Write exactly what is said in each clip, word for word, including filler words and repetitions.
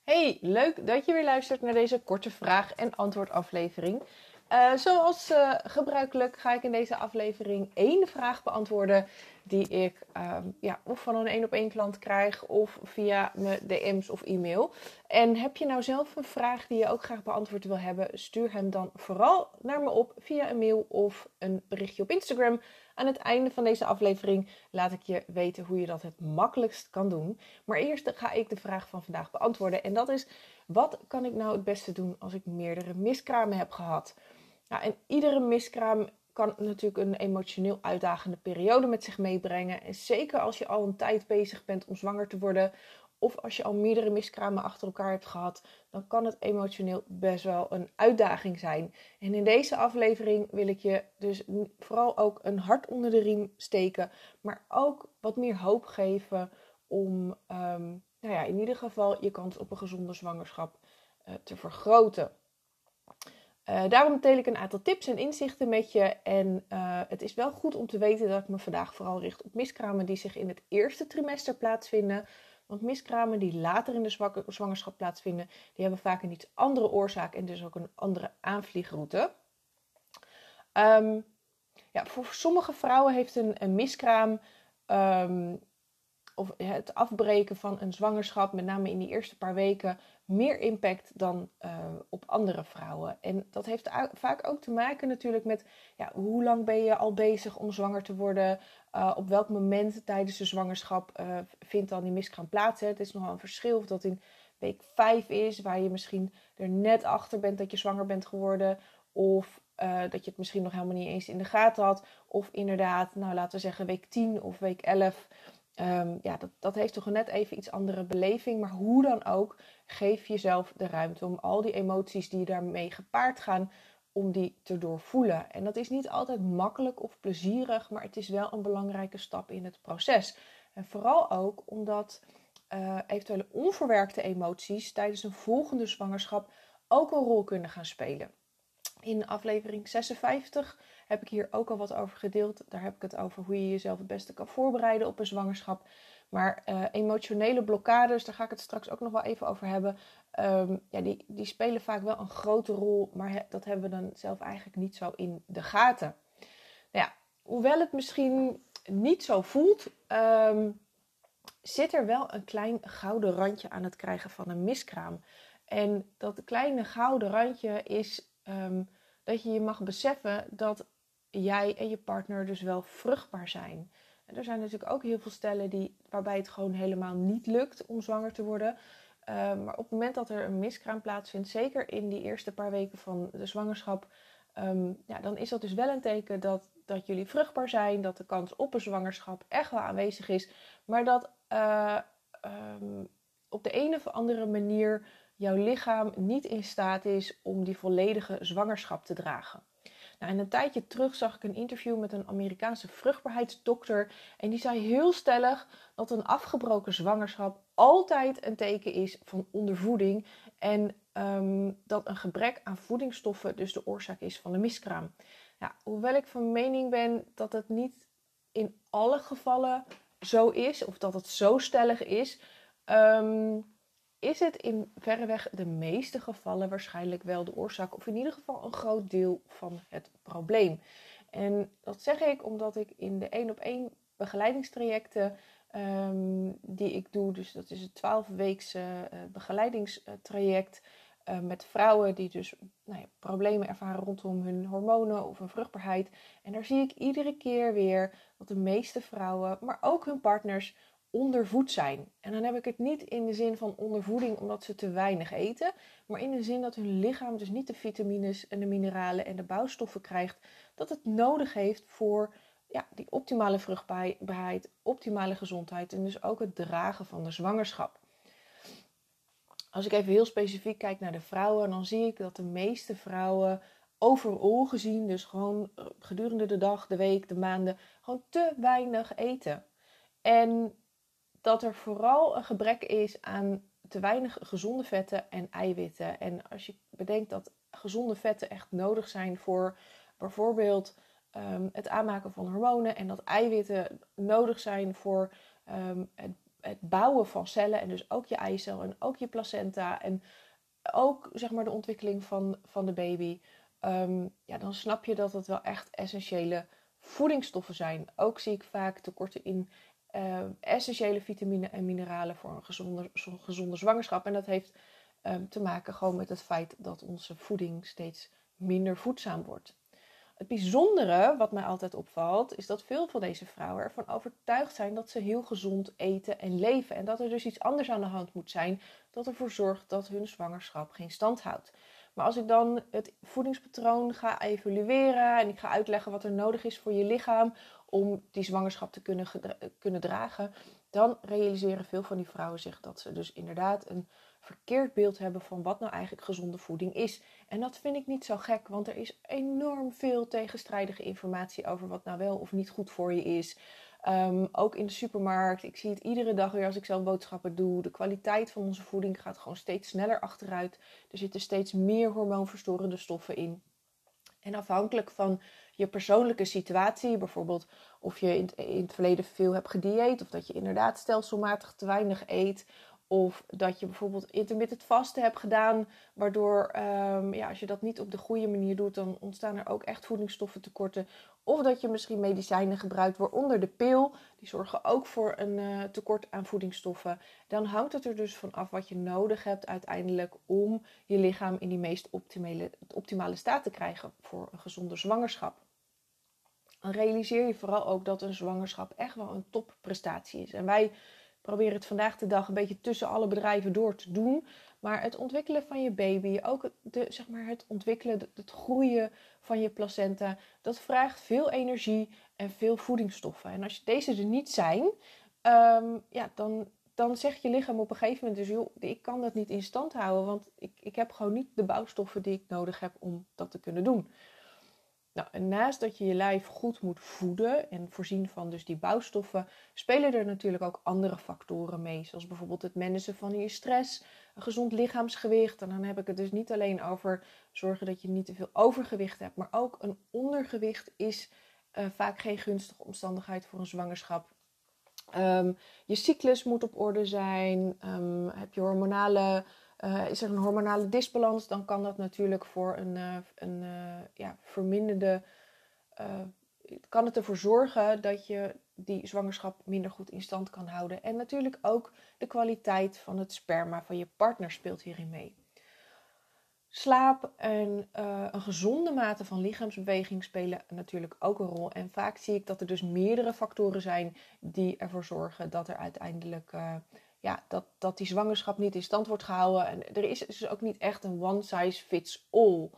Hey, leuk dat je weer luistert naar deze korte vraag- en antwoordaflevering. Uh, zoals uh, gebruikelijk ga ik in deze aflevering één vraag beantwoorden die ik um, ja, of van een één op één klant krijg of via mijn D M's of e-mail. En heb je nou zelf een vraag die je ook graag beantwoord wil hebben, stuur hem dan vooral naar me op via een mail of een berichtje op Instagram. Aan het einde van deze aflevering laat ik je weten hoe je dat het makkelijkst kan doen. Maar eerst ga ik de vraag van vandaag beantwoorden. En dat is, wat kan ik nou het beste doen als ik meerdere miskramen heb gehad? Nou, en iedere miskraam kan natuurlijk een emotioneel uitdagende periode met zich meebrengen. En zeker als je al een tijd bezig bent om zwanger te worden, of als je al meerdere miskramen achter elkaar hebt gehad, dan kan het emotioneel best wel een uitdaging zijn. En in deze aflevering wil ik je dus vooral ook een hart onder de riem steken, maar ook wat meer hoop geven om um, nou ja, in ieder geval je kans op een gezonde zwangerschap uh, te vergroten. Uh, daarom deel ik een aantal tips en inzichten met je. En uh, het is wel goed om te weten dat ik me vandaag vooral richt op miskramen die zich in het eerste trimester plaatsvinden. Want miskramen die later in de zwangerschap plaatsvinden, die hebben vaak een iets andere oorzaak en dus ook een andere aanvliegroute. Um, ja, voor sommige vrouwen heeft een, een miskraam um, of het afbreken van een zwangerschap, met name in die eerste paar weken, meer impact dan uh, op andere vrouwen. En dat heeft vaak ook te maken natuurlijk met ja, hoe lang ben je al bezig om zwanger te worden. Uh, op welk moment tijdens de zwangerschap uh, vindt dan die miskraam plaats. Hè? Het is nogal een verschil of dat in week vijf is, waar je misschien er net achter bent dat je zwanger bent geworden. Of uh, dat je het misschien nog helemaal niet eens in de gaten had. Of inderdaad, nou laten we zeggen week tien of week elf. Um, ja, dat, dat heeft toch een net even iets andere beleving. Maar hoe dan ook, geef jezelf de ruimte om al die emoties die daarmee gepaard gaan, om die te doorvoelen. En dat is niet altijd makkelijk of plezierig, maar het is wel een belangrijke stap in het proces. En vooral ook omdat uh, eventuele onverwerkte emoties tijdens een volgende zwangerschap ook een rol kunnen gaan spelen. In aflevering zesenvijftig heb ik hier ook al wat over gedeeld. Daar heb ik het over hoe je jezelf het beste kan voorbereiden op een zwangerschap. Maar uh, emotionele blokkades, daar ga ik het straks ook nog wel even over hebben. Um, ja, die, die spelen vaak wel een grote rol, maar he, dat hebben we dan zelf eigenlijk niet zo in de gaten. Nou ja, hoewel het misschien niet zo voelt, um, zit er wel een klein gouden randje aan het krijgen van een miskraam. En dat kleine gouden randje is um, dat je je mag beseffen dat jij en je partner dus wel vruchtbaar zijn. En er zijn natuurlijk ook heel veel stellen die, waarbij het gewoon helemaal niet lukt om zwanger te worden. Uh, maar op het moment dat er een miskraam plaatsvindt, zeker in die eerste paar weken van de zwangerschap, um, ja, dan is dat dus wel een teken dat, dat jullie vruchtbaar zijn, dat de kans op een zwangerschap echt wel aanwezig is, maar dat uh, um, op de een of andere manier jouw lichaam niet in staat is om die volledige zwangerschap te dragen. Nou, en een tijdje terug zag ik een interview met een Amerikaanse vruchtbaarheidsdokter. En die zei heel stellig dat een afgebroken zwangerschap altijd een teken is van ondervoeding. En um, dat een gebrek aan voedingsstoffen dus de oorzaak is van de miskraam. Ja, hoewel ik van mening ben dat het niet in alle gevallen zo is, of dat het zo stellig is, um, is het in verreweg de meeste gevallen waarschijnlijk wel de oorzaak, of in ieder geval een groot deel van het probleem. En dat zeg ik omdat ik in de één op één begeleidingstrajecten um, die ik doe, dus dat is het twaalf-weekse uh, begeleidingstraject uh, met vrouwen die dus nou ja, problemen ervaren rondom hun hormonen of hun vruchtbaarheid. En daar zie ik iedere keer weer dat de meeste vrouwen, maar ook hun partners, ondervoed zijn. En dan heb ik het niet in de zin van ondervoeding omdat ze te weinig eten, maar in de zin dat hun lichaam dus niet de vitamines en de mineralen en de bouwstoffen krijgt dat het nodig heeft voor ja, die optimale vruchtbaarheid, optimale gezondheid en dus ook het dragen van de zwangerschap. Als ik even heel specifiek kijk naar de vrouwen, dan zie ik dat de meeste vrouwen overal gezien, dus gewoon gedurende de dag, de week, de maanden, gewoon te weinig eten. En dat er vooral een gebrek is aan te weinig gezonde vetten en eiwitten. En als je bedenkt dat gezonde vetten echt nodig zijn voor bijvoorbeeld um, het aanmaken van hormonen en dat eiwitten nodig zijn voor um, het het bouwen van cellen en dus ook je eicel en ook je placenta en ook zeg maar de ontwikkeling van, van de baby, um, ja, dan snap je dat het wel echt essentiële voedingsstoffen zijn. Ook zie ik vaak tekorten in uh, essentiële vitamine en mineralen voor een gezonde, gezonde zwangerschap. En dat heeft um, te maken gewoon met het feit dat onze voeding steeds minder voedzaam wordt. Het bijzondere, wat mij altijd opvalt, is dat veel van deze vrouwen ervan overtuigd zijn dat ze heel gezond eten en leven. En dat er dus iets anders aan de hand moet zijn dat ervoor zorgt dat hun zwangerschap geen stand houdt. Maar als ik dan het voedingspatroon ga evalueren en ik ga uitleggen wat er nodig is voor je lichaam om die zwangerschap te kunnen, gedra- kunnen dragen, dan realiseren veel van die vrouwen zich dat ze dus inderdaad een verkeerd beeld hebben van wat nou eigenlijk gezonde voeding is. En dat vind ik niet zo gek, want er is enorm veel tegenstrijdige informatie over wat nou wel of niet goed voor je is. Um, ook in de supermarkt, ik zie het iedere dag weer als ik zelf boodschappen doe. De kwaliteit van onze voeding gaat gewoon steeds sneller achteruit. Er zitten steeds meer hormoonverstorende stoffen in. En afhankelijk van je persoonlijke situatie, bijvoorbeeld of je in het, in het verleden veel hebt gedieet, of dat je inderdaad stelselmatig te weinig eet, of dat je bijvoorbeeld intermittent vasten hebt gedaan, waardoor um, ja, als je dat niet op de goede manier doet, dan ontstaan er ook echt voedingsstoffen tekorten. Of dat je misschien medicijnen gebruikt, waaronder de pil, die zorgen ook voor een uh, tekort aan voedingsstoffen. Dan hangt het er dus van af wat je nodig hebt uiteindelijk om je lichaam in die meest optimale, optimale staat te krijgen voor een gezonde zwangerschap. Dan realiseer je vooral ook dat een zwangerschap echt wel een topprestatie is. En wij proberen het vandaag de dag een beetje tussen alle bedrijven door te doen. Maar het ontwikkelen van je baby, ook de, zeg maar het ontwikkelen, het groeien van je placenta, dat vraagt veel energie en veel voedingsstoffen. En als je deze er niet zijn, um, ja, dan, dan zegt je lichaam op een gegeven moment dus, joh, ik kan dat niet in stand houden, want ik, ik heb gewoon niet de bouwstoffen die ik nodig heb om dat te kunnen doen. Nou, en naast dat je je lijf goed moet voeden en voorzien van dus die bouwstoffen, spelen er natuurlijk ook andere factoren mee. Zoals bijvoorbeeld het managen van je stress, een gezond lichaamsgewicht. En dan heb ik het dus niet alleen over zorgen dat je niet te veel overgewicht hebt, maar ook een ondergewicht is uh, vaak geen gunstige omstandigheid voor een zwangerschap. Um, je cyclus moet op orde zijn. Um, heb je hormonale... Uh, is er een hormonale disbalans, dan kan dat natuurlijk voor een, uh, een uh, ja, verminderde... Uh, kan het ervoor zorgen dat je die zwangerschap minder goed in stand kan houden. En natuurlijk ook de kwaliteit van het sperma van je partner speelt hierin mee. Slaap en uh, een gezonde mate van lichaamsbeweging spelen natuurlijk ook een rol. En vaak zie ik dat er dus meerdere factoren zijn die ervoor zorgen dat er uiteindelijk... Uh, Ja, dat, dat die zwangerschap niet in stand wordt gehouden. En er is dus ook niet echt een one size fits all.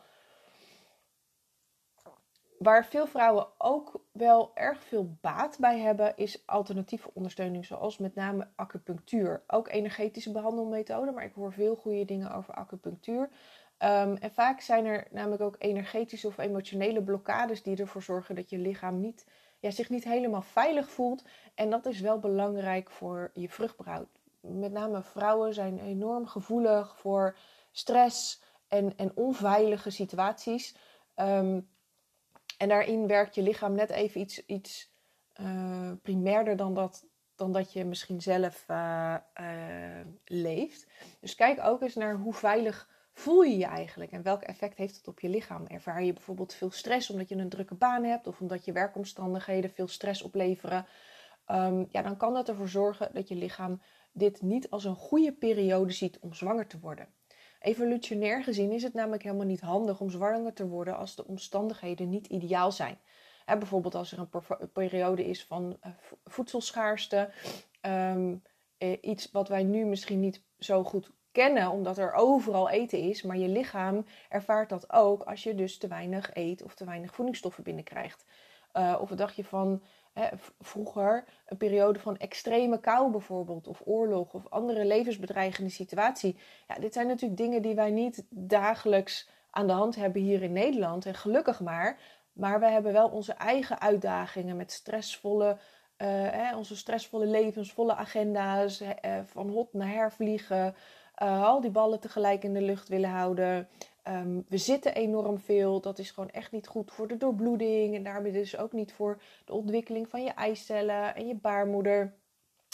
Waar veel vrouwen ook wel erg veel baat bij hebben, is alternatieve ondersteuning, zoals met name acupunctuur. Ook energetische behandelmethoden, maar ik hoor veel goede dingen over acupunctuur. Um, en vaak zijn er namelijk ook energetische of emotionele blokkades die ervoor zorgen dat je lichaam niet, ja, zich niet helemaal veilig voelt. En dat is wel belangrijk voor je vruchtbaarheid. Met name vrouwen zijn enorm gevoelig voor stress en, en onveilige situaties. Um, en daarin werkt je lichaam net even iets, iets uh, primairder dan dat, dan dat je misschien zelf uh, uh, leeft. Dus kijk ook eens naar hoe veilig voel je je eigenlijk en welk effect heeft het op je lichaam. Ervaar je bijvoorbeeld veel stress omdat je een drukke baan hebt of omdat je werkomstandigheden veel stress opleveren. Um, ja, dan kan dat ervoor zorgen dat je lichaam dit niet als een goede periode ziet om zwanger te worden. Evolutionair gezien is het namelijk helemaal niet handig om zwanger te worden als de omstandigheden niet ideaal zijn. He, bijvoorbeeld als er een periode is van uh, voedselschaarste, um, eh, iets wat wij nu misschien niet zo goed kennen, omdat er overal eten is, maar je lichaam ervaart dat ook als je dus te weinig eet of te weinig voedingsstoffen binnenkrijgt. Uh, of wat dacht je van... He, vroeger een periode van extreme kou bijvoorbeeld, of oorlog of andere levensbedreigende situatie. Ja, dit zijn natuurlijk dingen die wij niet dagelijks aan de hand hebben hier in Nederland. En gelukkig maar. Maar we hebben wel onze eigen uitdagingen met stressvolle, uh, hè, onze stressvolle levens, volle agenda's, uh, van hot naar her vliegen, uh, al die ballen tegelijk in de lucht willen houden. Um, we zitten enorm veel. Dat is gewoon echt niet goed voor de doorbloeding. En daarmee dus ook niet voor de ontwikkeling van je eicellen en je baarmoeder.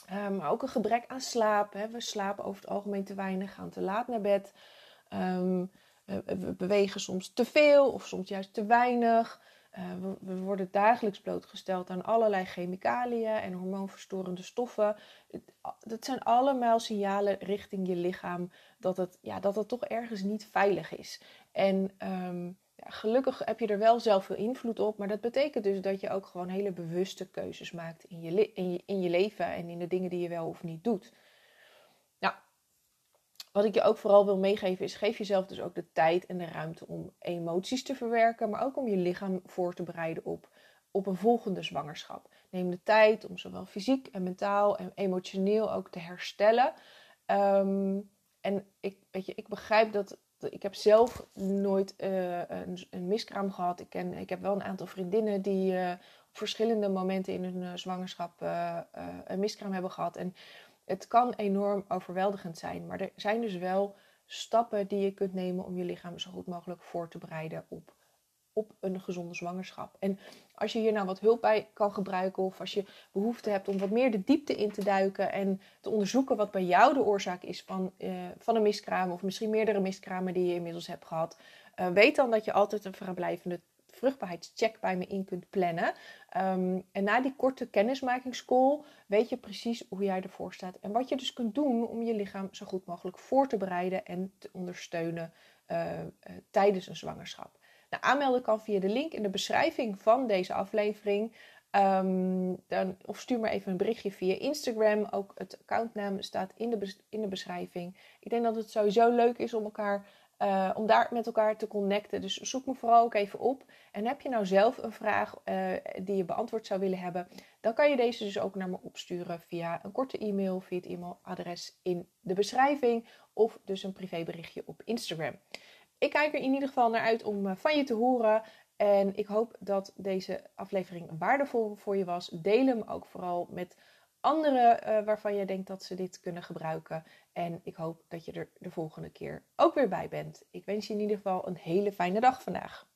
Uh, maar ook een gebrek aan slaap. Hè. We slapen over het algemeen te weinig, gaan te laat naar bed. Um, we bewegen soms te veel of soms juist te weinig. Uh, we, we worden dagelijks blootgesteld aan allerlei chemicaliën en hormoonverstorende stoffen. Dat zijn allemaal signalen richting je lichaam dat het, ja, dat het toch ergens niet veilig is. En um, ja, gelukkig heb je er wel zelf veel invloed op, maar dat betekent dus dat je ook gewoon hele bewuste keuzes maakt in je, in je, in je leven en in de dingen die je wel of niet doet. Nou, wat ik je ook vooral wil meegeven is, geef jezelf dus ook de tijd en de ruimte om emoties te verwerken, maar ook om je lichaam voor te bereiden op, op een volgende zwangerschap. Neem de tijd om zowel fysiek en mentaal en emotioneel ook te herstellen. Um, en ik, weet je, ik begrijp dat, ik heb zelf nooit uh, een, een miskraam gehad. Ik, ken, ik heb wel een aantal vriendinnen die uh, op verschillende momenten in hun uh, zwangerschap uh, uh, een miskraam hebben gehad. En het kan enorm overweldigend zijn, maar er zijn dus wel stappen die je kunt nemen om je lichaam zo goed mogelijk voor te bereiden op, op een gezonde zwangerschap. En als je hier nou wat hulp bij kan gebruiken of als je behoefte hebt om wat meer de diepte in te duiken en te onderzoeken wat bij jou de oorzaak is van, uh, van een miskraam of misschien meerdere miskramen die je inmiddels hebt gehad, uh, weet dan dat je altijd een vrijblijvende vruchtbaarheidscheck bij me in kunt plannen. Um, en na die korte kennismakingscall weet je precies hoe jij ervoor staat. En wat je dus kunt doen om je lichaam zo goed mogelijk voor te bereiden en te ondersteunen uh, uh, tijdens een zwangerschap. Nou, aanmelden kan via de link in de beschrijving van deze aflevering. Um, dan, of stuur maar even een berichtje via Instagram. Ook het accountnaam staat in de, bes- in de beschrijving. Ik denk dat het sowieso leuk is om elkaar... Uh, om daar met elkaar te connecten. Dus zoek me vooral ook even op. En heb je nou zelf een vraag uh, die je beantwoord zou willen hebben, dan kan je deze dus ook naar me opsturen via een korte e-mail, via het e-mailadres in de beschrijving of dus een privéberichtje op Instagram. Ik kijk er in ieder geval naar uit om uh, van je te horen. En ik hoop dat deze aflevering waardevol voor je was. Deel hem ook vooral met anderen uh, waarvan jij denkt dat ze dit kunnen gebruiken. En ik hoop dat je er de volgende keer ook weer bij bent. Ik wens je in ieder geval een hele fijne dag vandaag.